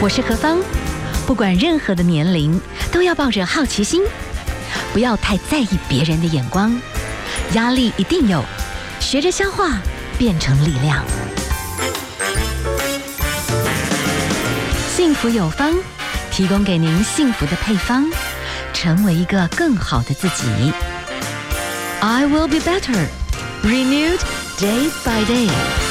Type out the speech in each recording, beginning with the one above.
我是何芳，不管任何的年龄，都要抱着好奇心，不要太在意别人的眼光，压力一定有，学着消化，变成力量。幸福有方，提供给您幸福的配方，成为一个更好的自己。I will be better, renewed day by day。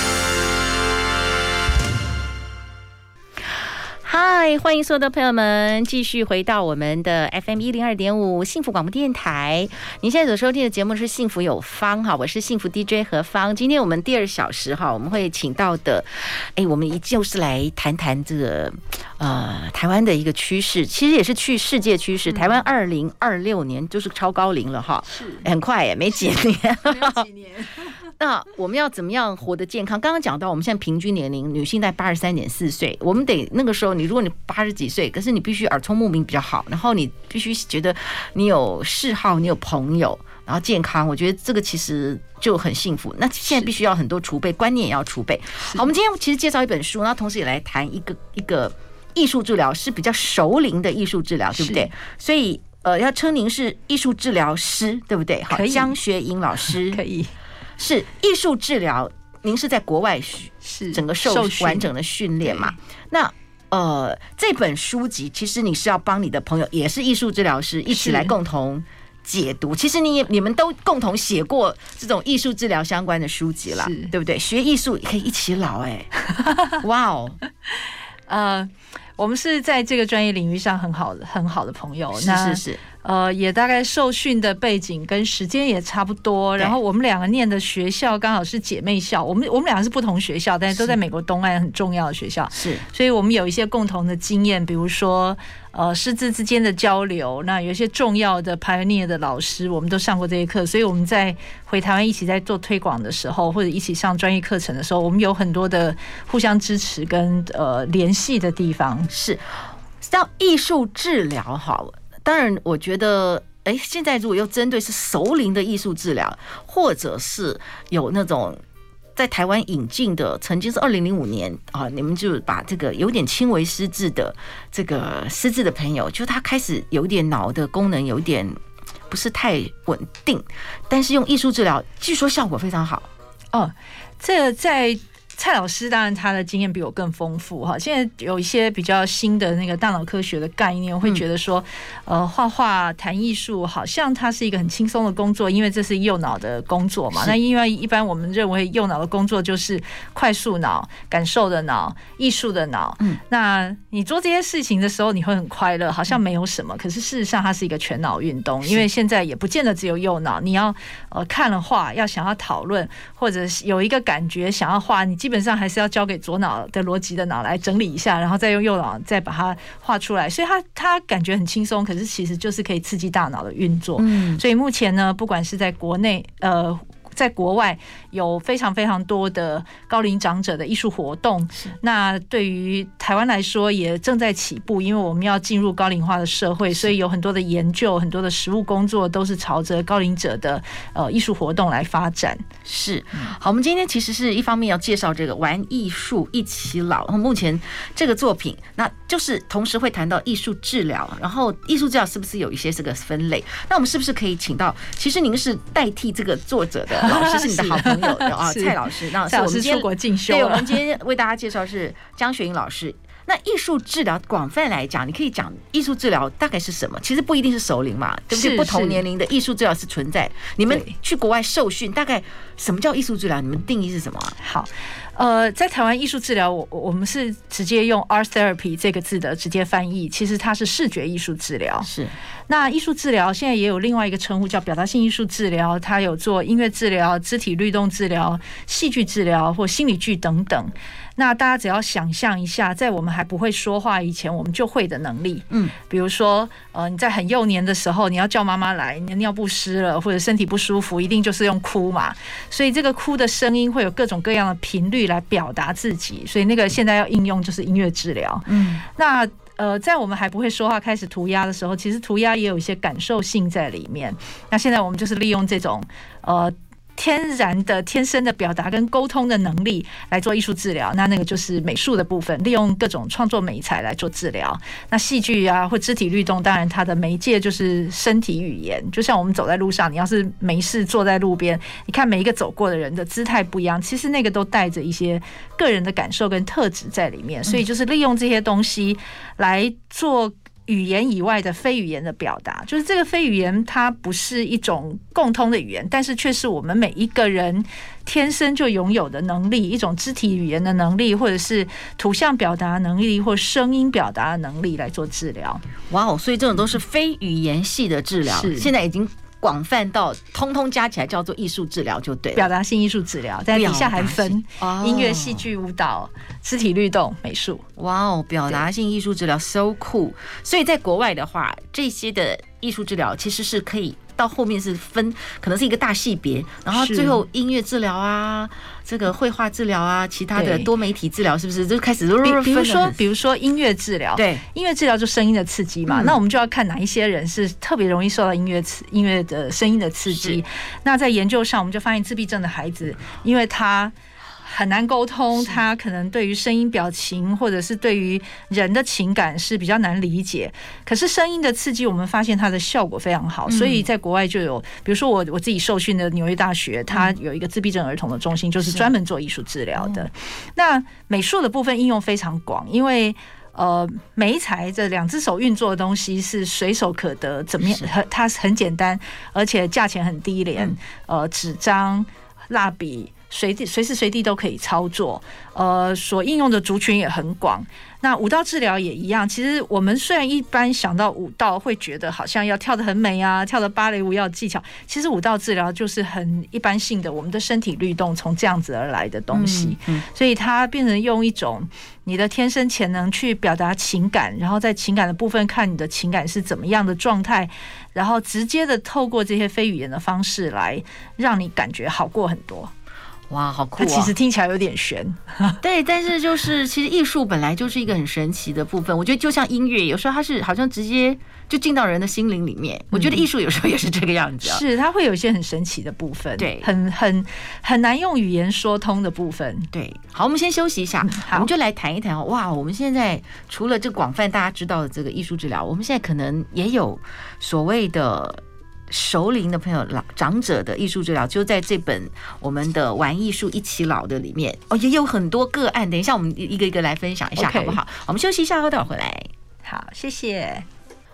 嗨，欢迎所有的朋友们继续回到我们的 FM102.5 幸福广播电台。您现在所收听的节目是幸福有方哈，我是幸福 DJ 何芳。今天我们第2小时哈，我们会请到的，我们就是来谈谈这个台湾的一个趋势，其实也是去世界趋势。台湾2026年就是超高龄了哈，很快耶，没几年， 没有几年。 那我们要怎么样活得健康？刚刚讲到，我们现在平均年龄女性在83.4岁，我们得那个时候，如果你80几岁，可是你必须耳聪目明比较好，然后你必须觉得你有嗜好，你有朋友，然后健康，我觉得这个其实就很幸福。那现在必须要很多储备，观念也要储备。好，我们今天其实介绍一本书，然后同时也来谈一个艺术治疗，是比较熟龄的艺术治疗，对不对？所以要称您是艺术治疗师，对不对？好，江学莹老师可以。 是艺术治疗，您是在国外是整个受完整的训练嘛？那这本书籍其实你是要帮你的朋友，也是艺术治疗师，一起来共同解读。其实你们都共同写过这种艺术治疗相关的书籍了，对不对？学艺术也可以一起老哇哦！ 我们是在这个专业领域上很好的朋友， 是。 也大概受训的背景跟时间也差不多，然后我们两个念的学校刚好是姐妹校，我们两个是不同学校，但是都在美国东岸很重要的学校， 是， 所以我们有一些共同的经验，比如说师资之间的交流，那有一些重要的 pioneer 的老师，我们都上过这些课，所以我们在回台湾一起在做推广的时候，或者一起上专业课程的时候，我们有很多的互相支持跟联系的地方。 是，像艺术治疗好。当然我觉得现在如果又针对是熟龄的艺术治疗，或者是有那种在台湾引进的，曾经是2005年你们就把这个有点轻微失智的这个失智的朋友，就他开始有点脑的功能有点不是太稳定，但是用艺术治疗据说效果非常好。 这个在蔡老师当然他的经验比我更丰富哈。现在有一些比较新的那个大脑科学的概念，我会觉得说，画画、谈艺术，好像它是一个很轻松的工作，因为这是右脑的工作嘛。那因为一般我们认为右脑的工作就是快速脑、感受的脑、艺术的脑。那你做这些事情的时候，你会很快乐，好像没有什么。可是事实上，它是一个全脑运动，因为现在也不见得只有右脑，你要看了画，要想要讨论，或者有一个感觉想要画，你基本上还是要交给左脑的逻辑的脑来整理一下，然后再用右脑再把它画出来，所以它感觉很轻松，可是其实就是可以刺激大脑的运作。所以目前呢，不管是在国内在国外有非常非常多的高龄长者的艺术活动，那对于台湾来说也正在起步，因为我们要进入高龄化的社会，所以有很多的研究、很多的实务工作都是朝着高龄者的艺术活动来发展。 是，好，我们今天其实是一方面要介绍这个玩艺术一起老，然后目前这个作品，那就是同时会谈到艺术治疗，然后艺术治疗是不是有一些这个分类？那我们是不是可以请到，其实您是代替这个作者的老师，是你的好朋友蔡老师。那蔡老师出国进修了。 对，我们今天为大家介绍是江学莹老师。那艺术治疗广泛来讲，你可以讲艺术治疗大概是什么？其实不一定是熟龄嘛，对不对？不同年龄的艺术治疗是存在。你们去国外受训，大概什么叫艺术治疗？你们定义是什么？ 好。在台湾艺术治疗，我们是直接用 art therapy 这个字的直接翻译，其实它是视觉艺术治疗。 是。 那艺术治疗现在也有另外一个称呼叫表达性艺术治疗，它有做音乐治疗、肢体律动治疗、戏剧治疗或心理剧等等。那大家只要想象一下，在我们还不会说话以前，我们就会的能力。比如说你在很幼年的时候，你要叫妈妈来，你的尿布湿了或者身体不舒服，一定就是用哭嘛。所以这个哭的声音会有各种各样的频率来表达自己，所以那个现在要应用就是音乐治疗。那在我们还不会说话开始涂鸦的时候，其实涂鸦也有一些感受性在里面。那现在我们就是利用这种天然的、天生的表达跟沟通的能力来做艺术治疗，那个就是美术的部分，利用各种创作美材来做治疗。那戏剧啊或肢体律动，当然它的媒介就是身体语言。就像我们走在路上，你要是没事坐在路边，你看每一个走过的人的姿态不一样，其实那个都带着一些个人的感受跟特质在里面。所以就是利用这些东西来做语言以外的非语言的表达，就是这个非语言它不是一种共通的语言，但是却是我们每一个人天生就拥有的能力，一种肢体语言的能力，或者是图像表达能力，或声音表达的能力来做治疗。 哇哦，所以这种都是非语言系的治疗，现在已经广泛到通通加起来叫做艺术治疗就对了， 表达性艺术治疗，但底下还分音乐、戏剧、舞蹈、肢体律动、美术。 哇哦，表达性艺术治疗 so cool。所以在国外的话，这些的艺术治疗其实是可以到后面是分，可能是一个大系别，然后最后音乐治疗啊，这个绘画治疗啊，其他的多媒体治疗，是不是就开始比如说音乐治疗， 对， 音乐治疗就声音的刺激嘛，那我们就要看哪一些人是特别容易受到音乐的声音的刺激。那在研究上，我们就发现自闭症的孩子，因为他很难沟通，他可能对于声音表情或者是对于人的情感是比较难理解，可是声音的刺激我们发现它的效果非常好，所以在国外就有，比如说我自己受训的纽约大学，它有一个自闭症儿童的中心，就是专门做艺术治疗的。那美术的部分应用非常广，因为媒材这2只手运作的东西是随手可得，怎么样？它很简单，而且价钱很低廉，纸张、蜡笔。随时随地都可以操作，所应用的族群也很广。那舞蹈治疗也一样，其实我们虽然一般想到舞蹈会觉得好像要跳得很美啊，跳的芭蕾舞要技巧，其实舞蹈治疗就是很一般性的，我们的身体律动从这样子而来的东西，所以它变成用一种你的天生潜能去表达情感，然后在情感的部分看你的情感是怎么样的状态，然后直接的透过这些非语言的方式来让你感觉好过很多。 哇，好酷啊！ 它其实听起来有点悬， 对，但是就是其实艺术本来就是一个很神奇的部分。我觉得就像音乐，有时候它是好像直接就进到人的心灵里面。我觉得艺术有时候也是这个样子， 是它会有一些很神奇的部分， 对， 很难用语言说通的部分。 对，好，我们先休息一下，我们就来谈一谈哇，我们现在除了这广泛大家知道的这个艺术治疗，我们现在可能也有所谓的熟龄的朋友、长者的艺术治疗，就在这本我们的玩艺术一起老的里面也有很多个案。等一下我们一个一个来分享一下，好不好？我们休息一下，待会儿回来。 好，谢谢。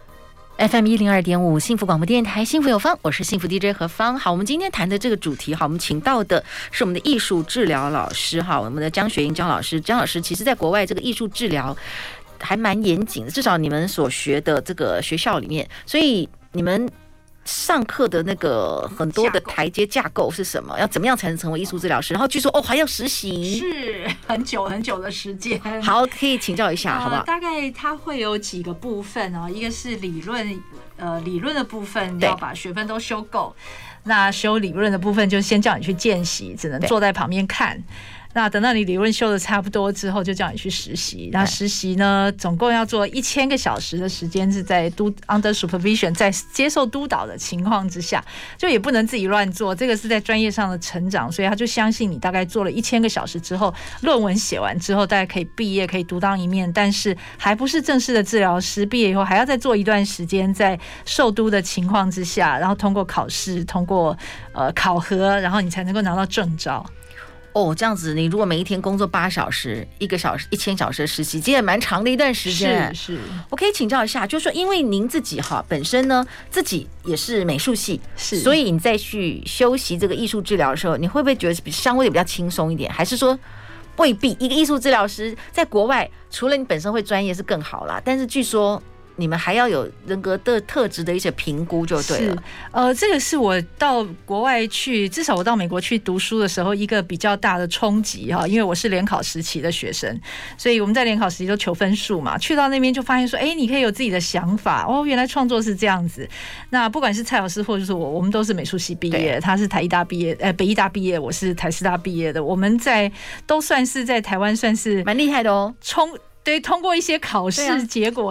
FM 102.5幸福广播电台，幸福有方，我是幸福 DJ 何芳。好，我们今天谈的这个主题，好，我们请到的是我们的艺术治疗老师，哈，我们的江雪英江老师。江老师其实在国外这个艺术治疗还蛮严谨的，至少你们所学的这个学校里面，所以你们上课的那个很多的台阶架构是什么？要怎么样才能成为艺术治疗师？然后据说还要实习， 是很久很久的时间。 好，可以请教一下，好不好？ 大概它会有几个部分哦，一个是理论的部分，要把学分都修够。那修理论的部分就先叫你去见习，只能坐在旁边看。那等到你理论修的差不多之后，就叫你去实习。那实习呢，总共要做1000个小时的时间，是在under supervision， 在接受督导的情况之下，就也不能自己乱做。这个是在专业上的成长，所以他就相信你大概做了1000个小时之后，论文写完之后，大概可以毕业，可以独当一面。但是还不是正式的治疗师，毕业以后还要再做一段时间，在受督的情况之下，然后通过考试，通过考核，然后你才能够拿到证照。 这样子，你如果每一天工作8小时，1个小时1000小时的实习，其实也蛮长的一段时间。 是， 我可以请教一下，就是说，因为您自己本身呢，自己也是美术系， 是， 所以你在去修习这个艺术治疗的时候，你会不会觉得相对比较轻松一点？还是说未必？一个艺术治疗师在国外，除了你本身会专业是更好啦，但是据说你们还要有人格的特质的一些评估就对了。 这个是我到国外去，至少我到美国去读书的时候一个比较大的冲击哈，因为我是联考时期的学生，所以我们在联考时期都求分数嘛，去到那边就发现说，你可以有自己的想法原来创作是这样子。那不管是蔡老师或者是我们都是美术系毕业，他是台艺大毕业，北艺大毕业，我是台师大毕业的，我们都算是在台湾算是蛮厉害的哦。 对，通过一些考试结果，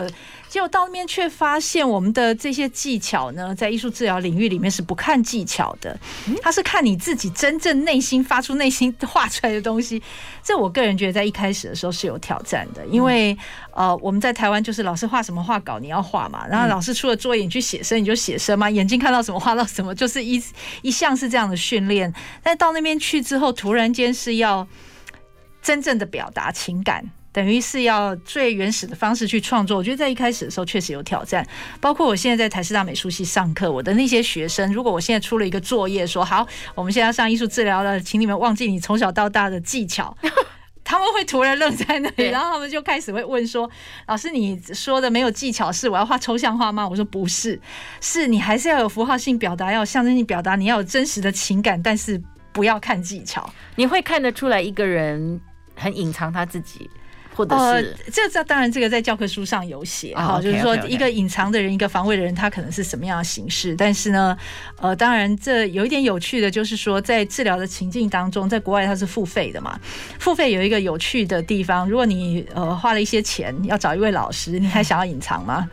结果到那边却发现我们的这些技巧呢，在艺术治疗领域里面是不看技巧的，它是看你自己真正内心发出内心画出来的东西。这我个人觉得在一开始的时候是有挑战的，因为我们在台湾就是老师画什么画稿你要画嘛，然后老师出了作业你去写生你就写生嘛，眼睛看到什么画到什么，就是一向是这样的训练。但到那边去之后，突然间是要真正的表达情感，等于是要最原始的方式去创作。我觉得在一开始的时候确实有挑战，包括我现在在台师大美术系上课，我的那些学生，如果我现在出了一个作业说好，我们现在要上艺术治疗了，请你们忘记你从小到大的技巧。他们会突然愣在那里，然后他们就开始会问说：“老师，你说的没有技巧是我要画抽象画吗？”我说：“不是，是你还是要有符号性表达，要有象征性表达，你要有真实的情感，但是不要看技巧。” 你会看得出来一个人很隐藏他自己。或者是这当然这个在教科书上有写哈，就是说一个隐藏的人，一个防卫的人，他可能是什么样的形式。但是呢，当然这有一点有趣的，就是说在治疗的情境当中，在国外它是付费的嘛，付费有一个有趣的地方，如果你花了一些钱要找一位老师，你还想要隐藏吗？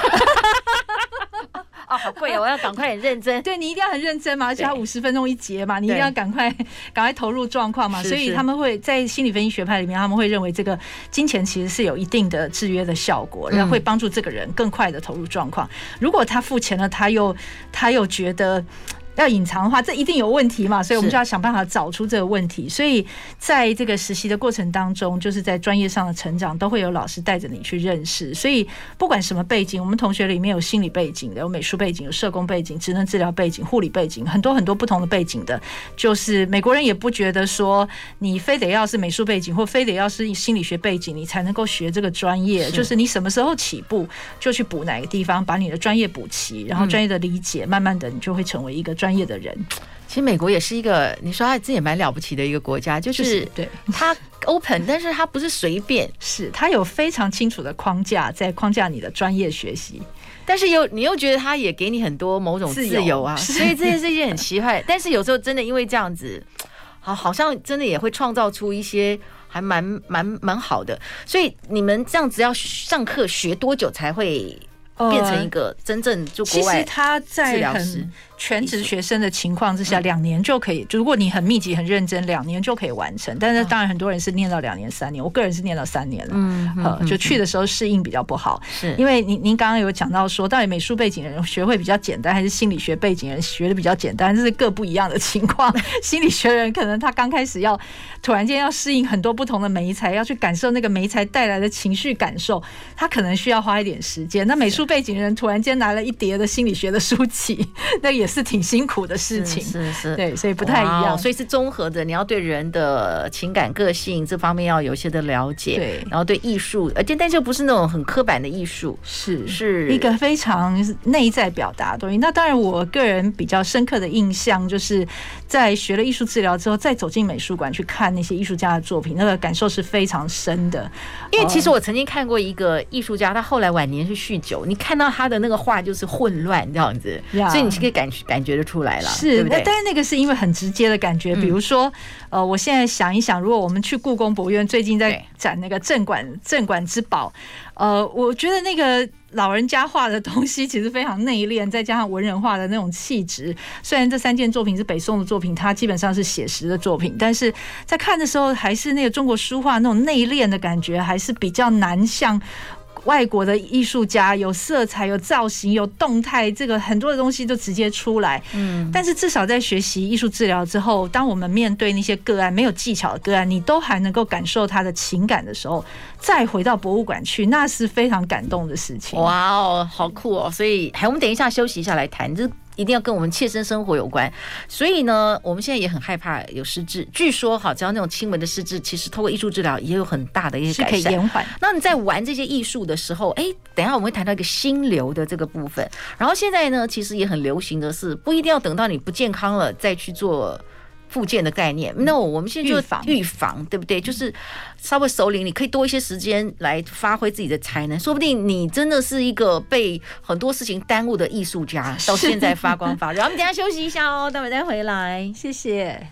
哦，好贵哦！我要赶快很认真。 对，你一定要很认真嘛，而且它50分钟一节嘛，你一定要赶快投入状况嘛。所以他们会在心理分析学派里面，他们会认为这个金钱其实是有一定的制约的效果，然后会帮助这个人更快的投入状况。如果他付钱了，他又觉得要隐藏的话，这一定有问题嘛，所以我们就要想办法找出这个问题。所以在这个实习的过程当中，就是在专业上的成长，都会有老师带着你去认识。所以不管什么背景，我们同学里面有心理背景的，有美术背景，有社工背景，职能治疗背景，护理背景，很多很多不同的背景的。就是美国人也不觉得说你非得要是美术背景，或非得要是心理学背景，你才能够学这个专业。就是你什么时候起步，就去补哪个地方，把你的专业补齐，然后专业的理解，慢慢的你就会成为一个专业的人。 其实美国也是一个，你说它自己也蛮了不起的一个国家，就是对它 open， 但是它不是随便， 是它有非常清楚的框架，在框架你的专业学习， 但是你又觉得它也给你很多某种自由啊，所以这件事情很奇怪。但是有时候真的因为这样子，好像真的也会创造出一些还蛮好的。所以你们这样子要上课学多久才会变成一个真正就国外治疗师？ 其实他在很全职学生的情况之下，2年就可以。如果你很密集、很认真，2年就可以完成。但是当然，很多人是念到2年、3年。我个人是念到3年了。就去的时候适应比较不好，因为您刚刚有讲到说，到底美术背景的人学会比较简单，还是心理学背景的人学的比较简单？这是各不一样的情况。心理学人可能他刚开始要突然间要适应很多不同的媒材，要去感受那个媒材带来的情绪感受，他可能需要花一点时间。那美术背景的人突然间拿了一叠的心理学的书籍，那也是挺辛苦的事情， 是， 对，所以不太一样， 所以是综合的，你要对人的情感、个性这方面要有一些的了解， 对， 然后对艺术，但就不是那种很刻板的艺术， 是一个非常内在表达的东西。那当然，我个人比较深刻的印象就是在学了艺术治疗之后，再走进美术馆去看那些艺术家的作品，那个感受是非常深的。 因为其实我曾经看过一个艺术家，他后来晚年去酗酒，你看到他的那个画就是混乱这样子，所以你可以感觉得出来了， 是， 对不对？ 但是那个是因为很直接的感觉，比如说，我现在想一想，如果我们去故宫博物院，最近在展那个镇馆之宝，我觉得那个老人家画的东西其实非常内敛，再加上文人画的那种气质。虽然这3件作品是北宋的作品，它基本上是写实的作品，但是在看的时候，还是那个中国书画那种内敛的感觉，还是比较难像外国的艺术家有色彩、有造型、有动态，这个很多的东西就直接出来。但是至少在学习艺术治疗之后，当我们面对那些个案没有技巧的个案，你都还能够感受他的情感的时候，再回到博物馆去，那是非常感动的事情。 哇哦，好酷哦！所以，我们等一下休息一下来谈这。一定要跟我们切身生活有关，所以呢，我们现在也很害怕有失智。据说只要那种轻微的失智，其实透过艺术治疗也有很大的一些改善， 是可以延缓。 那你在玩这些艺术的时候，等一下我们会谈到一个心流的这个部分。然后现在呢，其实也很流行的是，不一定要等到你不健康了再去做复健的概念，那我们现在就预防，对不对？就是稍微熟龄，你可以多一些时间来发挥自己的才能，说不定你真的是一个被很多事情耽误的艺术家，到现在发光发热。我们等一下休息一下哦，待会再回来， 谢谢。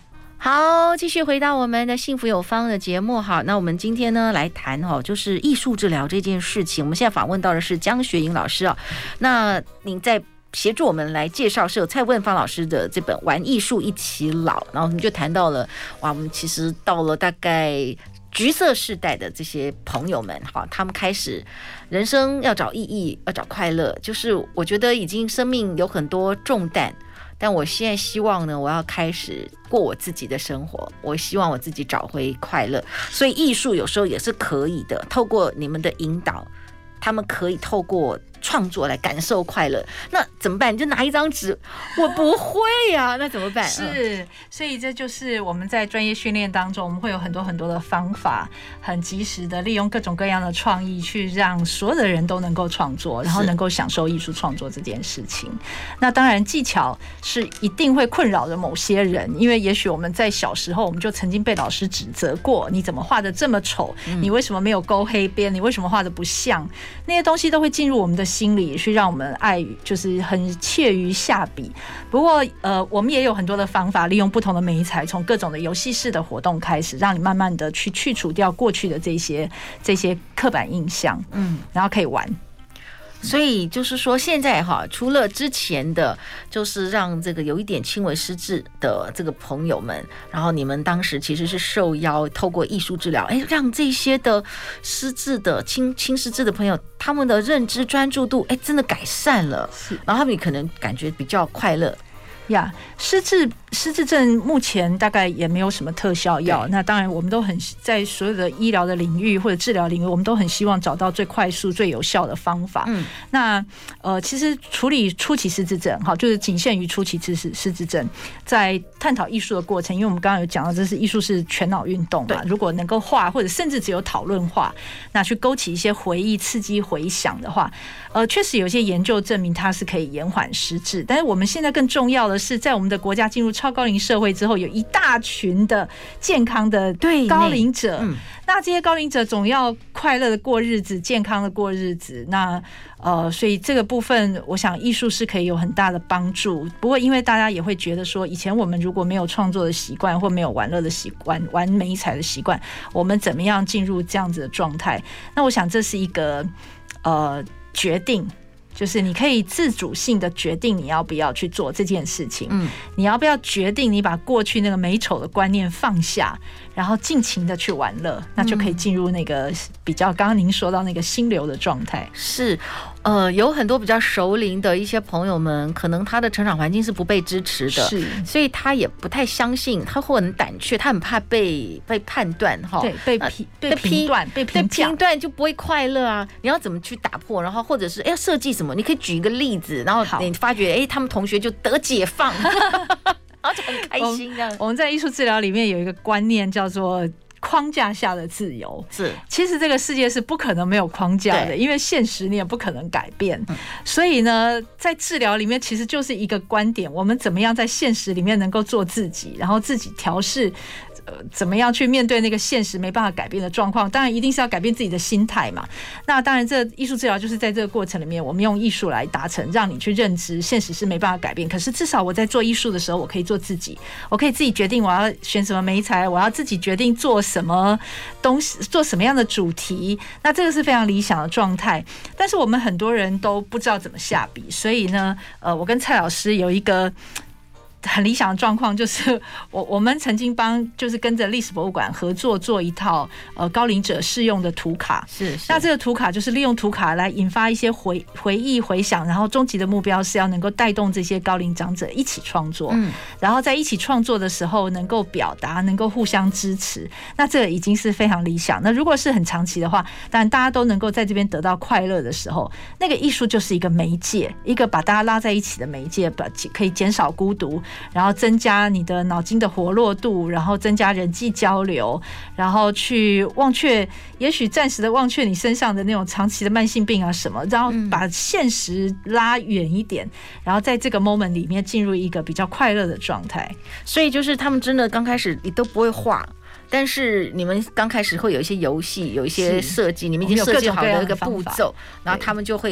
好，继续回到我们的幸福有方的节目。好，那我们今天呢来谈就是艺术治疗这件事情。我们现在访问到的是江学颖老师啊。那您在协助我们来介绍是有蔡问芳老师的这本《玩艺术一起老》，然后我们就谈到了我们其实到了大概橘色世代的这些朋友们，他们开始人生要找意义，要找快乐，就是我觉得已经生命有很多重担。但我现在希望呢，我要开始过我自己的生活，我希望我自己找回快乐，所以艺术有时候也是可以的，透过你们的引导，他们可以透过创作来感受快乐。那怎么办？你就拿一张纸，我不会呀，那怎么办？ 是，所以这就是我们在专业训练当中，我们会有很多很多的方法，很及时的利用各种各样的创意，去让所有的人都能够创作，然后能够享受艺术创作这件事情。那当然，技巧是一定会困扰着某些人，因为也许我们在小时候，我们就曾经被老师指责过，你怎么画得这么丑？你为什么没有勾黑边？你为什么画得不像？那些东西都会进入我们的心里，去让我们爱，就是很怯于下笔。不过我们也有很多的方法，利用不同的媒材，从各种的游戏式的活动开始，让你慢慢的去除掉过去的这些刻板印象，然后可以玩。 所以就是说，现在除了之前的，就是让这个有一点轻微失智的这个朋友们，然后你们当时其实是受邀透过艺术治疗，让这些的失智的轻失智的朋友，他们的认知专注度，真的改善了，然后他们可能感觉比较快乐。 失智症目前大概也没有什么特效药。那当然，我们都很在所有的医疗的领域或者治疗领域，我们都很希望找到最快速、最有效的方法。那其实处理初期失智症，就是仅限于初期失智症，在探讨艺术的过程，因为我们刚刚有讲到，这是艺术是全脑运动嘛。如果能够画，或者甚至只有讨论画，那去勾起一些回忆、刺激回想的话，确实有些研究证明它是可以延缓失智。但是我们现在更重要的是，在我们的国家进入超高龄社会之后，有一大群的健康的高龄者，那这些高龄者总要快乐的过日子，健康的过日子。那所以这个部分，我想艺术是可以有很大的帮助。不过，因为大家也会觉得说，以前我们如果没有创作的习惯，或没有玩乐的习惯、玩媒材的习惯，我们怎么样进入这样子的状态？那我想这是一个决定。就是你可以自主性的决定你要不要去做这件事情，你要不要决定你把过去那个美丑的观念放下，然后尽情的去玩乐，那就可以进入那个比较刚刚您说到那个心流的状态。 是，有很多比较熟龄的一些朋友们，可能他的成长环境是不被支持的，所以他也不太相信，他会很胆怯，他很怕被判断， 对，被评断，被评断就不会快乐啊。你要怎么去打破？然后或者是要设计什么？你可以举一个例子，然后你发觉他们同学就得解放，然后就很开心这样。 我们在艺术治疗里面有一个观念叫做框架下的自由。其实这个世界是不可能没有框架的，因为现实你也不可能改变。所以呢，在治疗里面其实就是一个观点，我们怎么样在现实里面能够做自己，然后自己调试。怎么样去面对那个现实没办法改变的状况？当然一定是要改变自己的心态嘛。那当然，这艺术治疗就是在这个过程里面，我们用艺术来达成，让你去认知现实是没办法改变。可是至少我在做艺术的时候，我可以做自己，我可以自己决定我要选什么媒材，我要自己决定做什么东西，做什么样的主题。那这个是非常理想的状态。但是我们很多人都不知道怎么下笔，所以呢，我跟蔡老师有一个很理想的状况，就是我们曾经就是跟着历史博物馆合作做一套高龄者适用的图卡。那这个图卡就是利用图卡来引发一些回忆回想，然后终极的目标是要能够带动这些高龄长者一起创作，然后在一起创作的时候能够表达，能够互相支持。那这个已经是非常理想。那如果是很长期的话，当然大家都能够在这边得到快乐的时候，那个艺术就是一个媒介，一个把大家拉在一起的媒介，可以减少孤独，然后增加你的脑筋的活络度，然后增加人际交流，然后去忘却，也许暂时的忘却你身上的那种长期的慢性病啊什么，然后把现实拉远一点，然后在这个 moment 里面进入一个比较快乐的状态。 所以就是他们真的刚开始你都不会画，但是你们刚开始会有一些游戏，有一些设计，你们已经设计好的一个步骤，然后他们就会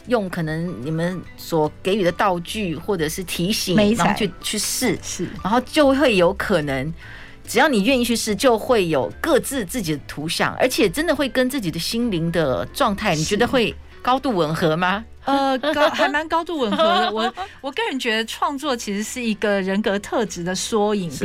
用可能你们所给予的道具或者是提醒，然后去试， 是， 然后就会有可能。只要你愿意去试，就会有各自自己的图像，而且真的会跟自己的心灵的状态，你觉得会高度吻合吗？ 还蛮高度吻合的。我个人觉得创作其实是一个人格特质的缩影。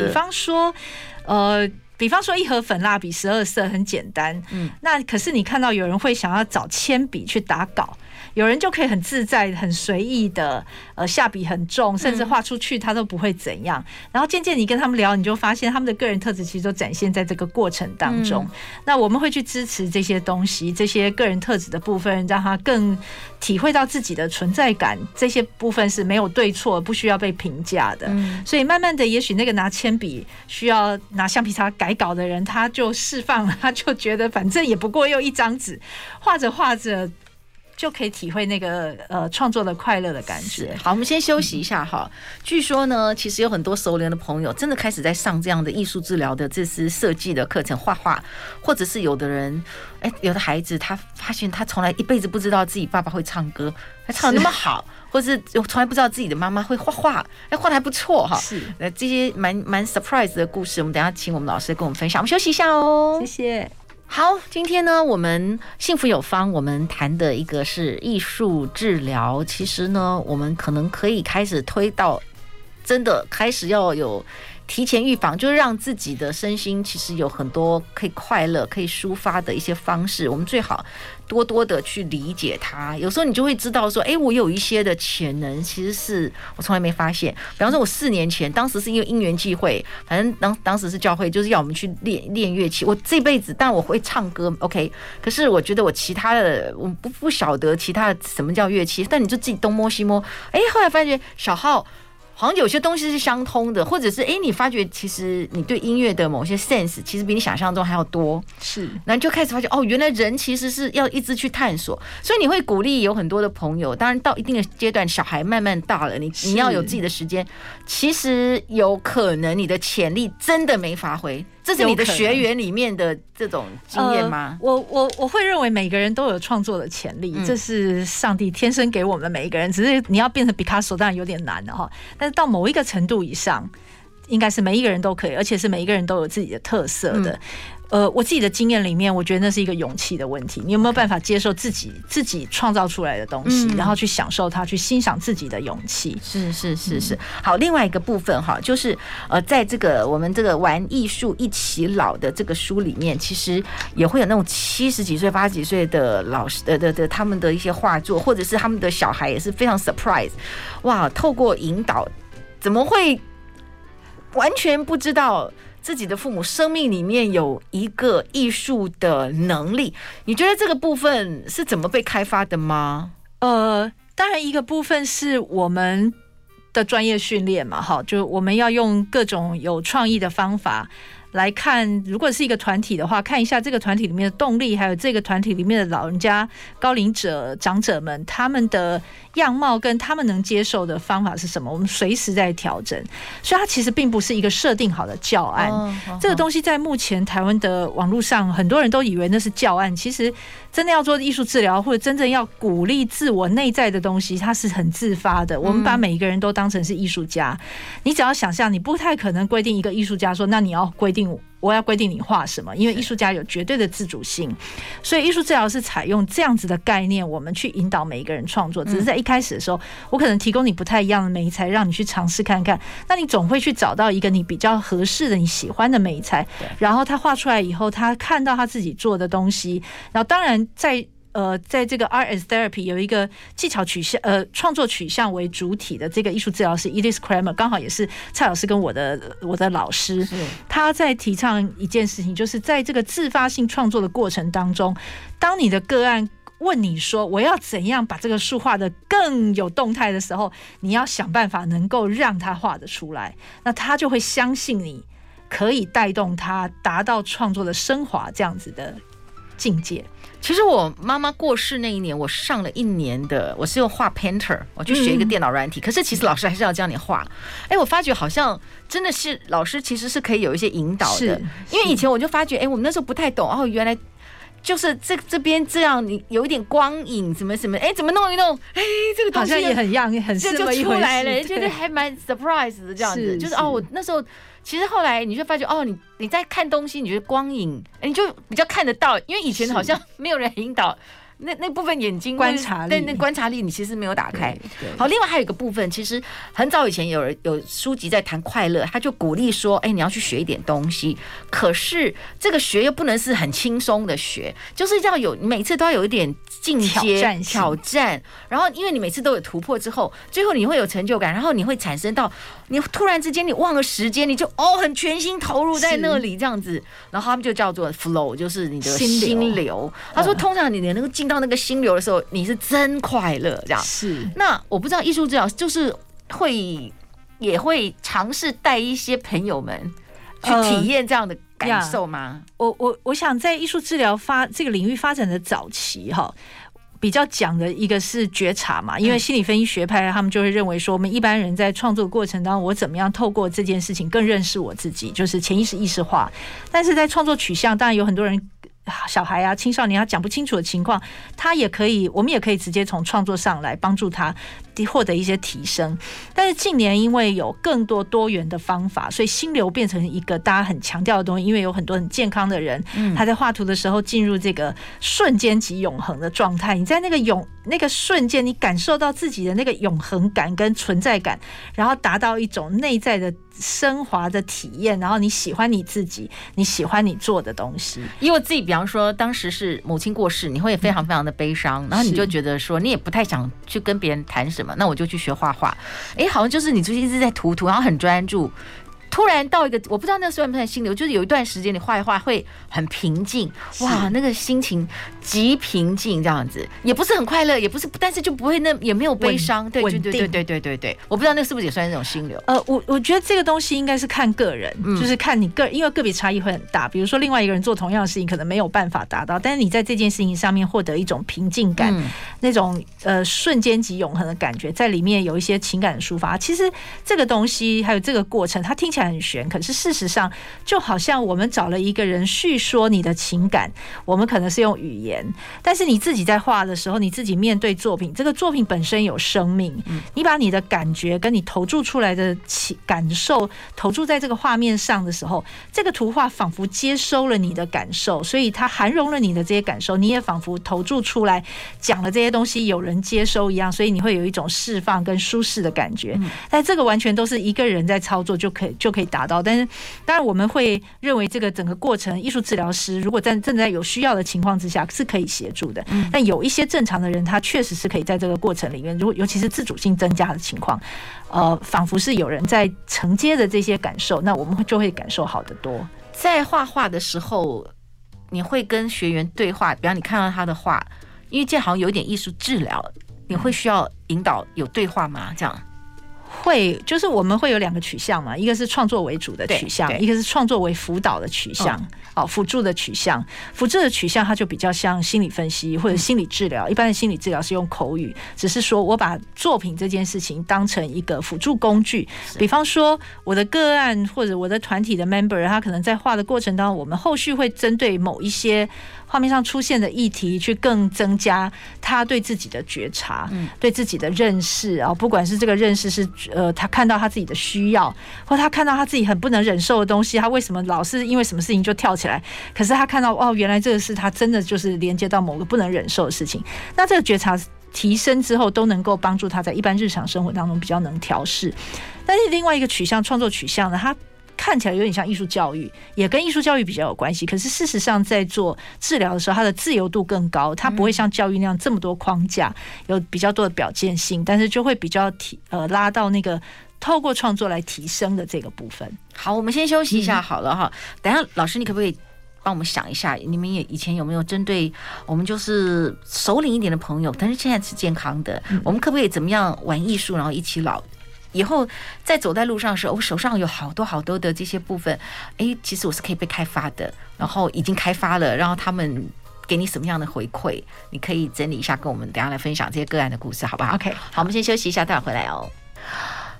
比方说一盒粉蜡笔12色很简单，那可是你看到有人会想要找铅笔去打稿，有人就可以很自在、很随意的，下笔很重，甚至画出去他都不会怎样。然后渐渐你跟他们聊，你就发现他们的个人特质其实都展现在这个过程当中。那我们会去支持这些东西，这些个人特质的部分，让他更体会到自己的存在感。这些部分是没有对错，不需要被评价的。所以慢慢的，也许那个拿铅笔需要拿橡皮擦改稿的人，他就释放了，他就觉得反正也不过又一张纸，画着画着就可以体会那个创作的快乐的感觉。 好，我们先休息一下哈。据说呢，其实有很多熟龄的朋友真的开始在上这样的艺术治疗的这是设计的课程，画画，或者是有的人，有的孩子他发现他从来一辈子不知道自己爸爸会唱歌，还唱得那么好，或是从来不知道自己的妈妈会画画，画得还不错哈。 是， 这些蛮 surprise 的故事，我们等一下请我们老师跟我们分享。我们休息一下哦， 谢谢。 好，今天呢，我们幸福有方，我们谈的一个是艺术治疗。其实呢，我们可能可以开始推到，真的开始要有提前预防，就是让自己的身心其实有很多可以快乐、可以抒发的一些方式。我们最好多多的去理解它。有时候你就会知道说，我有一些的潜能，其实是我从来没发现。比方说，我4年前，当时是因为因缘际会，反正当时是教会就是要我们去练乐器。我这辈子，但我会唱歌 ，OK。可是我觉得我其他的，我不晓得其他的什么叫乐器。但你就自己东摸西摸，后来发觉小浩。好像有些东西是相通的，或者是你发觉其实你对音乐的某些 sense 其实比你想象中还要多， 是， 然后你就开始发现原来人其实是要一直去探索，所以你会鼓励有很多的朋友，当然到一定的阶段，小孩慢慢大了，你要有自己的时间，其实有可能你的潜力真的没发挥。这是你的学员里面的这种经验吗？ 我会认为每个人都有创作的潜力，这是上帝天生给我们的每一个人，只是你要变成毕卡索当然有点难了哈，但是到某一个程度以上，应该是每一个人都可以，而且是每一个人都有自己的特色的。我自己的经验里面，我觉得那是一个勇气的问题。你有没有办法接受自己创造出来的东西，然后去享受它，去欣赏自己的勇气？ 是。好，另外一个部分哈，就是在这个我们这个玩艺术一起老的这个书里面，其实也会有那种70几岁、80几岁的老师的他们的一些画作，或者是他们的小孩也是非常 surprise。哇，透过引导，怎么会完全不知道？自己的父母生命里面有一个艺术的能力，你觉得这个部分是怎么被开发的吗？ 当然一个部分是我们的专业训练嘛，就我们要用各种有创意的方法来看，如果是一个团体的话，看一下这个团体里面的动力，还有这个团体里面的老人家、高龄者、长者们，他们的样貌跟他们能接受的方法是什么，我们随时在调整。所以它其实并不是一个设定好的教案。这个东西在目前台湾的网络上，很多人都以为那是教案，其实真的要做艺术治疗，或者真正要鼓励自我内在的东西，它是很自发的。我们把每一个人都当成是艺术家，你只要想象，你不太可能规定一个艺术家说，那你要我要规定你画什么，因为艺术家有绝对的自主性，所以艺术治疗是采用这样子的概念，我们去引导每一个人创作。只是在一开始的时候，我可能提供你不太一样的媒材，让你去尝试看看，那你总会去找到一个你比较合适的、你喜欢的媒材，然后他画出来以后，他看到他自己做的东西，然后当然在这个 Art as Therapy 有一个技巧取向创作取向为主体的这个艺术治疗师 Edith Kramer， 刚好也是蔡老师跟我的老师，他在提倡一件事情，就是在这个自发性创作的过程当中，当你的个案问你说我要怎样把这个树画得更有动态的时候，你要想办法能够让他画得出来，那他就会相信你可以带动他达到创作的升华这样子的境界。 其实我妈妈过世那一年，我上了1年的，我是用画 Painter， 我去学一个电脑软体。可是其实老师还是要教你画。我发觉好像真的是老师其实是可以有一些引导的，因为以前我就发觉，我们那时候不太懂，原来就是这边这样，你有一点光影，什么什么，哎，怎么弄一弄，哎，这个东西好像也很样，很是就出来了，觉得还蛮 surprise 的这样子。就是我那时候其实后来你就发觉你在看东西，你觉得光影，你就比较看得到，因为以前好像没有人引导。那部分眼睛观察力， 对，那观察力你其实没有打开。好，另外还有一个部分，其实很早以前有书籍在谈快乐，他就鼓励说，哎，你要去学一点东西。可是这个学又不能是很轻松的学，就是要有每次都要有一点进阶挑战。然后因为你每次都有突破之后，最后你会有成就感，然后你会产生到你突然之间你忘了时间，你就很全心投入在那里这样子。然后他们就叫做 flow， 就是你的心流。他说，通常你能够进到那个心流的时候，你是真快乐，这样是。 那我不知道艺术治疗就是也会尝试带一些朋友们去体验这样的感受吗？ 我想在艺术治疗这个领域发展的早期哈。比较讲的一个是觉察嘛，因为心理分析学派他们就会认为说，我们一般人在创作过程当中，我怎么样透过这件事情更认识我自己，就是潜意识意识化。但是在创作取向，当然有很多人。小孩啊、青少年他讲不清楚的情况，我们也可以直接从创作上来帮助他获得一些提升。但是近年因为有更多多元的方法，所以心流变成一个大家很强调的东西。因为有很多很健康的人，他在画图的时候进入这个瞬间即永恒的状态。你在那个瞬间，你感受到自己的那个永恒感跟存在感，然后达到一种内在的升华的体验，然后你喜欢你自己，你喜欢你做的东西。 因为我自己，比方说当时是母亲过世，你会非常非常的悲伤，然后你就觉得说你也不太想去跟别人谈什么，那我就去学画画。哎，好像就是你最近一直在涂，然后很专注。突然到一个我不知道那算不算心流，就是有一段时间你画一画会很平静，哇，那个心情极平静这样子，也不是很快乐，也不是，但是就不会也没有悲伤，对，我不知道那是不是也算是这种心流。 我觉得这个东西应该是看个人，就是看你因为个别差异会很大。比如说另外一个人做同样的事情可能没有办法达到，但是你在这件事情上面获得一种平静感，那种瞬间即永恒的感觉，在里面有一些情感的抒发。其实这个东西还有这个过程，它听起来很玄，可是事实上就好像我们找了一个人叙说你的情感，我们可能是用语言，但是你自己在画的时候，你自己面对作品，这个作品本身有生命，你把你的感觉跟你投注出来的感受投注在这个画面上的时候，这个图画仿佛接收了你的感受，所以它含容了你的这些感受，你也仿佛投注出来讲了这些东西有人接收一样，所以你会有一种释放跟舒适的感觉。但这个完全都是一个人在操作就可以达到。但是当然我们会认为这个整个过程，艺术治疗师如果正在有需要的情况之下是可以协助的，但有一些正常的人他确实是可以在这个过程里面，尤其是自主性增加的情况，仿佛是有人在承接的这些感受，那我们就会感受好得多。 在画画的时候你会跟学员对话，比方你看到他的画，因为这好像有点艺术治疗，你会需要引导有对话吗？这样会，就是我们会有两个取向嘛，一个是创作为主的取向，一个是创作为辅导的取向，辅助的取向。辅助的取向它就比较像心理分析或者心理治疗，一般的心理治疗是用口语，只是说我把作品这件事情当成一个辅助工具。比方说我的个案或者我的团体的 member， 他可能在画的过程当中，我们后续会针对某一些画面上出现的议题去更增加他对自己的觉察，对自己的认识啊，不管是这个认识是他看到他自己的需要，或他看到他自己很不能忍受的东西，他为什么老是因为什么事情就跳起来，可是他看到原来这个是他真的就是连接到某个不能忍受的事情，那这个觉察提升之后都能够帮助他在一般日常生活当中比较能调试。但是另外一个取向，创作取向呢，他看起来有点像艺术教育，也跟艺术教育比较有关系，可是事实上在做治疗的时候，它的自由度更高，它不会像教育那样这么多框架，有比较多的表现性，但是就会比较拉到那个透过创作来提升的这个部分。 好，我们先休息一下好了哈，等一下老师你可不可以帮我们想一下，你们也以前有没有针对我们就是熟龄一点的朋友，但是现在是健康的，我们可不可以怎么样玩艺术，然后一起老？以后在走在路上的时候，我手上有好多好多的这些部分，其实我是可以被开发的，然后已经开发了，然后他们给你什么样的回馈，你可以整理一下，跟我们等一下来分享这些个案的故事，好不好？ OK， 好，我们先休息一下，待会儿回来哦。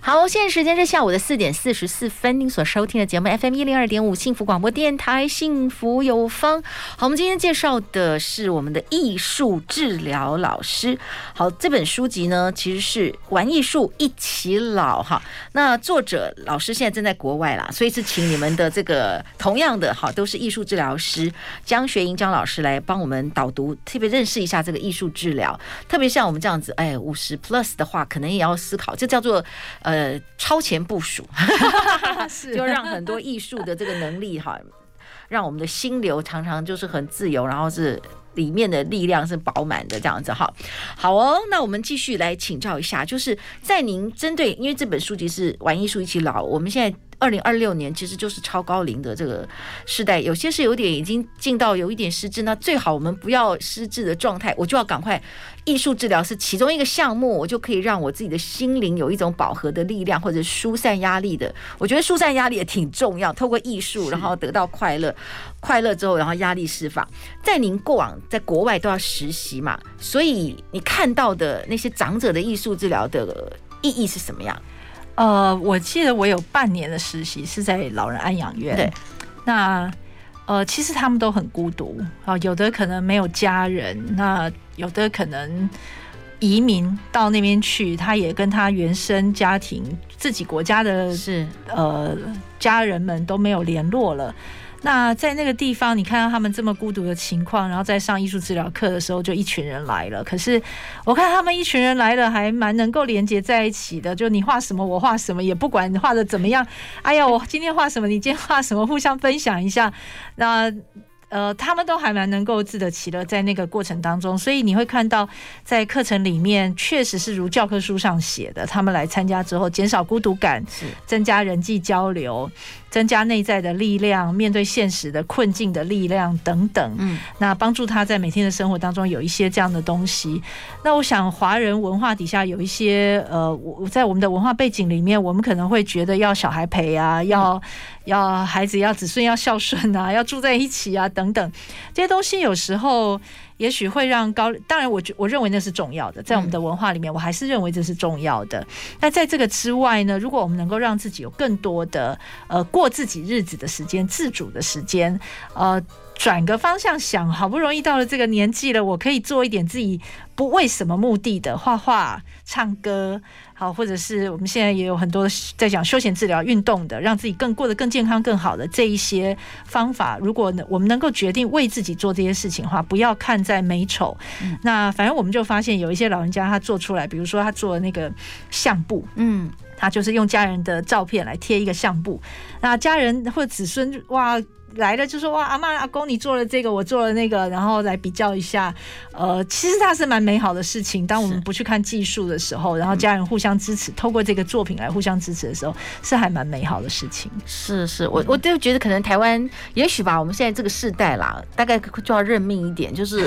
好，现在时间是下午的4点44分，您所收听的节目 FM 102.5幸福广播电台，幸福有方。好，我们今天介绍的是我们的艺术治疗老师。好，这本书籍呢，其实是玩艺术一起老哈。那作者老师现在正在国外啦，所以是请你们的这个同样的好，都是艺术治疗师江学英江老师来帮我们导读，特别认识一下这个艺术治疗。特别像我们这样子，50 plus 的话，可能也要思考，这叫做超前部署，就让很多艺术的这个能力哈，让我们的心流常常就是很自由，然后是里面的力量是饱满的这样子哈。好哦，那我们继续来请教一下，就是在您针对，因为这本书籍是玩艺术一起老，我们现在2026年其实就是超高龄的这个世代，有些是有点已经进到有一点失智，那最好我们不要失智的状态，我就要赶快艺术治疗是其中一个项目，我就可以让我自己的心灵有一种饱和的力量，或者疏散压力的。我觉得疏散压力也挺重要，透过艺术然后得到快乐，快乐之后然后压力释放。在您过往在国外都要实习嘛，所以你看到的那些长者的艺术治疗的意义是什么样？ 我记得我有半年的实习是在老人安养院。 对， 那其实他们都很孤独啊，有的可能没有家人，那有的可能移民到那边去，他也跟他原生家庭、自己国家的家人们都没有联络了。那在那个地方，你看到他们这么孤独的情况，然后在上艺术治疗课的时候，就一群人来了。可是我看他们一群人来了，还蛮能够连结在一起的。就你画什么，我画什么，也不管你画的怎么样。哎呀，我今天画什么，你今天画什么，互相分享一下。那他们都还蛮能够自得其乐在那个过程当中，所以你会看到在课程里面确实是如教科书上写的，他们来参加之后减少孤独感，增加人际交流，增加内在的力量，面对现实的困境的力量等等，那帮助他在每天的生活当中有一些这样的东西。那我想华人文化底下有一些在我们的文化背景里面，我们可能会觉得要小孩陪啊，要孩子要子孙要孝顺啊，要住在一起啊等等，这些东西有时候也许会让当然我认为那是重要的，在我们的文化里面我还是认为这是重要的。那在这个之外呢，如果我们能够让自己有更多的过自己日子的时间，自主的时间，转个方向想，好不容易到了这个年纪了，我可以做一点自己不为什么目的的画画、唱歌，好，或者是我们现在也有很多在讲休闲治疗、运动的，让自己过得更健康、更好的这一些方法。如果我们能够决定为自己做这些事情的话，不要看在美丑。那反正我们就发现有一些老人家他做出来，比如说他做的那个相簿，他就是用家人的照片来贴一个相簿，那家人或者子孙哇来了就说哇，阿嬷阿公你做了这个，我做了那个，然后来比较一下。其实它是蛮美好的事情。当我们不去看技术的时候，然后家人互相支持，透过这个作品来互相支持的时候，是还蛮美好的事情。 是，我就觉得可能台湾也许吧，我们现在这个世代啦，大概就要认命一点，就是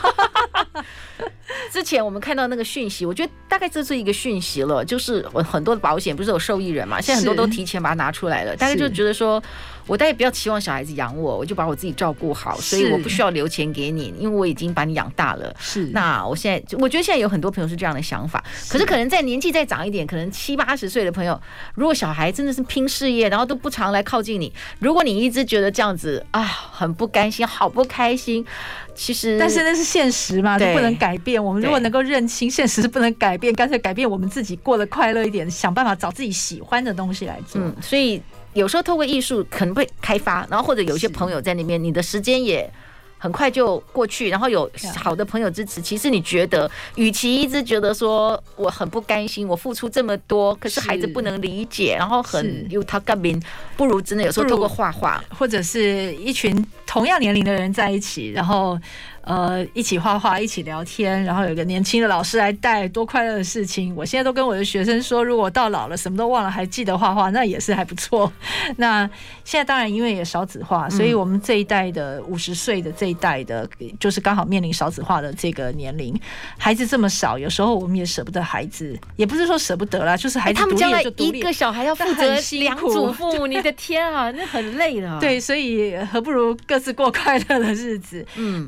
之前我们看到那个讯息，我觉得大概这是一个讯息了，就是很多的保险不是有受益人嘛，现在很多都提前把它拿出来了，大概就觉得说我大概不要期望小孩子养我就把我自己照顾好，所以我不需要留钱给你，因为我已经把你养大了。是，那我觉得现在有很多朋友是这样的想法，可是可能在年纪再长一点，可能70、80岁的朋友，如果小孩真的是拼事业，然后都不常来靠近你，如果你一直觉得这样子啊很不甘心，好不开心，其实但是那是现实嘛，都不能改变。我们如果能够认清现实是不能改变，干脆改变我们自己，过得快乐一点，想办法找自己喜欢的东西来做。 所以有时候透过艺术可能会开发，然后或者有些朋友在那边，你的时间也很快就过去，然后有好的朋友支持，其实你觉得与其一直觉得说我很不甘心，我付出这么多，可是孩子不能理解，然后很有他干病，不如真的有时候透过画画， 或者是一群同样年龄的人在一起，然后一起画画，一起聊天，然后有一个年轻的老师来带，多快乐的事情！我现在都跟我的学生说，如果到老了什么都忘了，还记得画画，那也是还不错。那现在当然因为也少子化，所以我们这一代的50岁的这一代的，就是刚好面临少子化的这个年龄，孩子这么少，有时候我们也舍不得孩子，也不是说舍不得啦，就是孩子独立就独立， 一个小孩要负责2组父母，你的天啊，那很累的。 对，所以何不如各自过快乐的日子。那有时候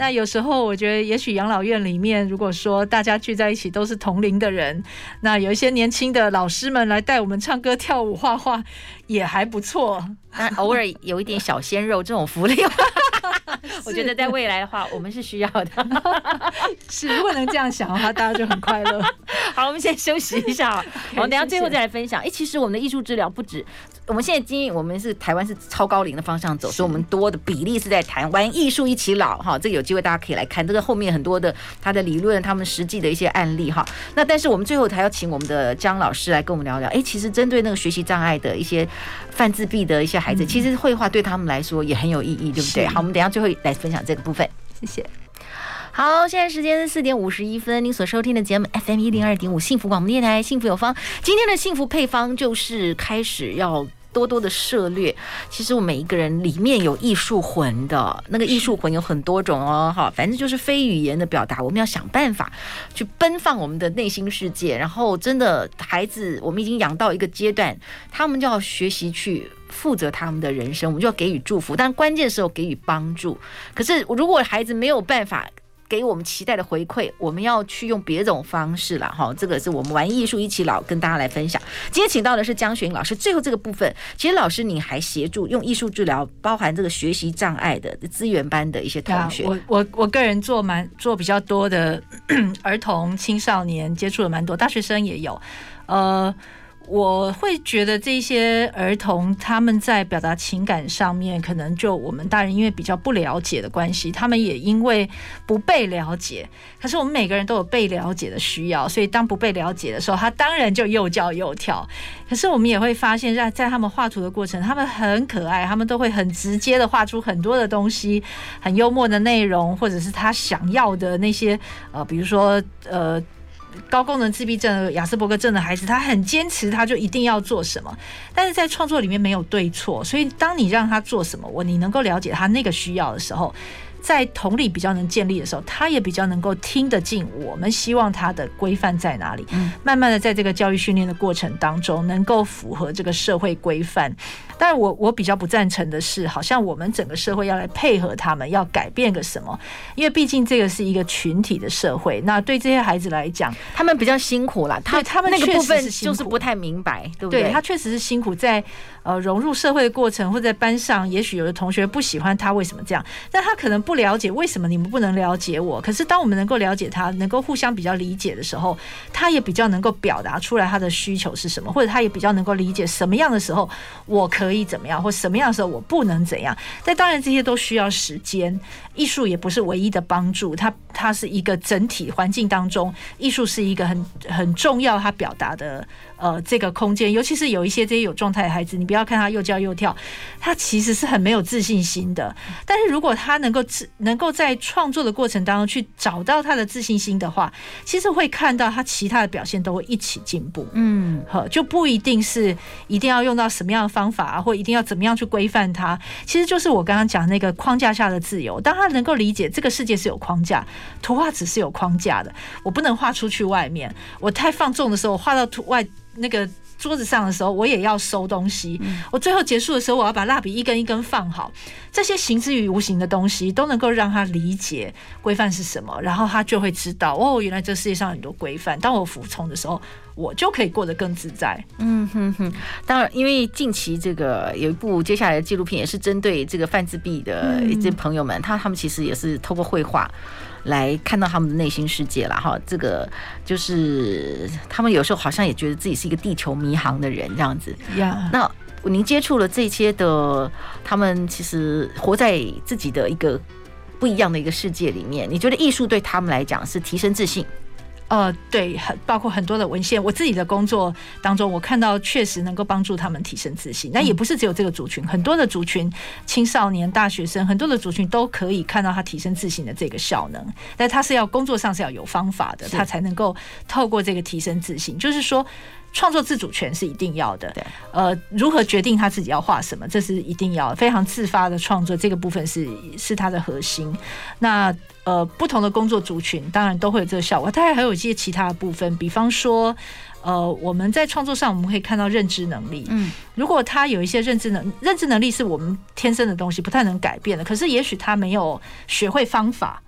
候，我觉得也许养老院里面，如果说大家聚在一起都是同龄的人，那有一些年轻的老师们来带我们唱歌、跳舞、画画，也还不错。 那偶尔有一点小鲜肉这种福利，我觉得在未来的话，我们是需要的。 是，如果能这样想的话，大家就很快乐。 好，我们先休息一下，我们等一下最后再来分享。其实我们的艺术治疗不止，我们现在经营，我们是台湾是超高龄的方向走，所以我们多的比例是在谈玩艺术一起老哈。这个有机会大家可以来看，这个后面很多的他的理论，他们实际的一些案例哈。那但是我们最后还要请我们的姜老师来跟我们聊聊。其实针对那个学习障碍的一些泛自闭的一些孩子，其实绘画对他们来说也很有意义，对不对？好，我们等一下最后来分享这个部分。 谢谢。 好，现在时间4点51分，您所收听的节目 FM102.5幸福广播电台，幸福有方。今天的幸福配方就是开始要多多的涉猎。其实我们每一个人里面有艺术魂的，那个艺术魂有很多种哦，哈，反正就是非语言的表达，我们要想办法去奔放我们的内心世界。然后真的孩子，我们已经养到一个阶段，他们就要学习去负责他们的人生，我们就要给予祝福，但关键时候给予帮助。可是如果孩子没有办法给我们期待的回馈，我们要去用别种方式啦哈。这个是我们玩艺术一起老跟大家来分享。今天请到的是姜雪莹老师。最后这个部分，其实老师你还协助用艺术治疗，包含这个学习障碍的资源班的一些同学。 我个人做比较多的儿童、青少年，接触了蛮多，大学生也有。我会觉得这些儿童他们在表达情感上面，可能就我们大人因为比较不了解的关系，他们也因为不被了解。可是我们每个人都有被了解的需要，所以当不被了解的时候，他当然就又叫又跳。可是我们也会发现，在他们画图的过程，他们很可爱，他们都会很直接的画出很多的东西，很幽默的内容，或者是他想要的那些比如说高功能自闭症、亚斯伯格症的孩子，他很坚持，他就一定要做什么。但是在创作里面没有对错，所以当你让他做什么，你能够了解他那个需要的时候，在同理比较能建立的时候，他也比较能够听得进我们希望他的规范在哪里。慢慢的在这个教育训练的过程当中，能够符合这个社会规范。但我比较不赞成的是，好像我们整个社会要来配合他们，要改变个什么？因为毕竟这个是一个群体的社会，那对这些孩子来讲， 他们比较辛苦啦。他们那个部分就是不太明白，对不对？ 对，他确实是辛苦，在融入社会的过程，或者在班上，也许有的同学不喜欢他为什么这样，但他可能不了解为什么你们不能了解我。可是当我们能够了解他，能够互相比较理解的时候，他也比较能够表达出来他的需求是什么，或者他也比较能够理解什么样的时候我可以怎么样，或什么样的时候我不能怎样。但当然这些都需要时间，艺术也不是唯一的帮助，它是一个整体环境当中，艺术是一个很重要他表达的这个空间。尤其是有一些这些有状态的孩子，你不要看他又叫又跳，他其实是很没有自信心的。但是如果他能够在创作的过程当中去找到他的自信心的话，其实会看到他其他的表现都会一起进步。就不一定是一定要用到什么样的方法或一定要怎么样去规范它。其实就是我刚刚讲那个框架下的自由，当他能够理解这个世界是有框架，图画纸是有框架的，我不能画出去外面，我太放纵的时候，我画到外那个桌子上的时候，我也要收东西。我最后结束的时候，我要把蜡笔一根一根放好。这些行之于无形的东西，都能够让他理解规范是什么，然后他就会知道原来这世界上很多规范，当我服从的时候，我就可以过得更自在。 当然，因为近期这个有一部接下来的纪录片，也是针对这个泛自闭的这些朋友们，他们其实也是透过绘画来看到他们的内心世界啦哈。这个就是他们有时候好像也觉得自己是一个地球迷航的人这样子。那您接触了这些的，他们其实活在自己的一个不一样的一个世界里面，你觉得艺术对他们来讲是提升自信？ 对，包括很多的文献，我自己的工作当中，我看到确实能够帮助他们提升自信。那也不是只有这个族群，很多的族群，青少年、大学生，很多的族群都可以看到他提升自信的这个效能。但他是要工作上是要有方法的，他才能够透过这个提升自信。就是说，创作自主权是一定要的，如何决定他自己要画什么，这是一定要的，非常自发的创作，这个部分是他的核心。那不同的工作族群当然都会有这个效果，当然还有一些其他的部分，比方说我们在创作上我们可以看到认知能力。如果他有一些认知能力是我们天生的东西，不太能改变的，可是也许他没有学会方法，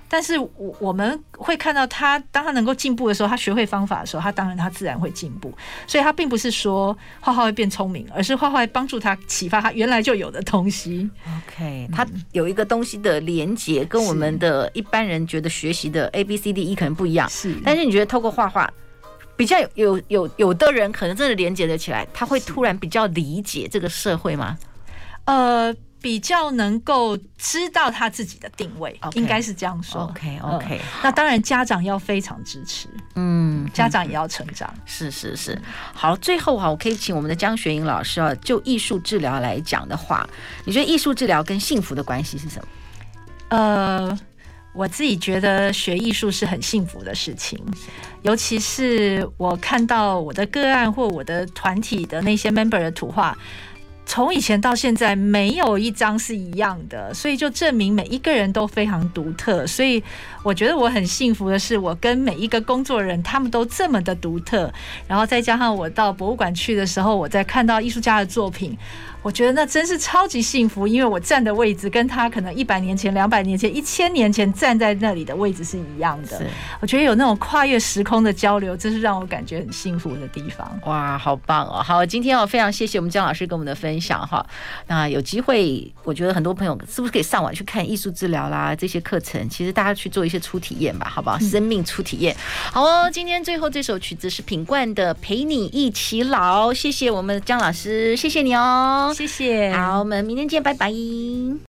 但是我们会看到他，当他能够进步的时候，他学会方法的时候，他当然他自然会进步。所以他并不是说画画会变聪明，而是画画会帮助他启发他原来就有的东西。 OK， 他有一个东西的连结，跟我们的一般人觉得学习的 ABCDE 可能不一样。 是， 但是你觉得透过画画，比较有的人可能真的连结得起来，他会突然比较理解这个社会吗？ 比较能够知道他自己的定位， okay, 应该是这样说。 OK， 那当然家长要非常支持，家长也要成长。是。 好，最后我可以请我们的江学颖老师就艺术治疗来讲的话，你觉得艺术治疗跟幸福的关系是什么？ 我自己觉得学艺术是很幸福的事情，尤其是我看到我的个案或我的团体的那些 member 的图画，从以前到现在没有一张是一样的，所以就证明每一个人都非常独特。所以我觉得我很幸福的是，我跟每一个工作人他们都这么的独特，然后再加上我到博物馆去的时候，我在看到艺术家的作品，我觉得那真是超级幸福，因为我站的位置跟他可能100年前、200年前、1000年前站在那里的位置是一样的。我觉得有那种跨越时空的交流，这是让我感觉很幸福的地方。 哇，好棒哦！好，今天非常谢谢我们江老师跟我们的分享哈。那有机会，我觉得很多朋友是不是可以上网去看艺术治疗啦这些课程？其实大家去做一些初体验吧，好不好？生命初体验。好哦，今天最后这首曲子是品冠的《陪你一起老》，谢谢我们江老师，谢谢你哦。 谢谢。 好，我们明天见，拜拜。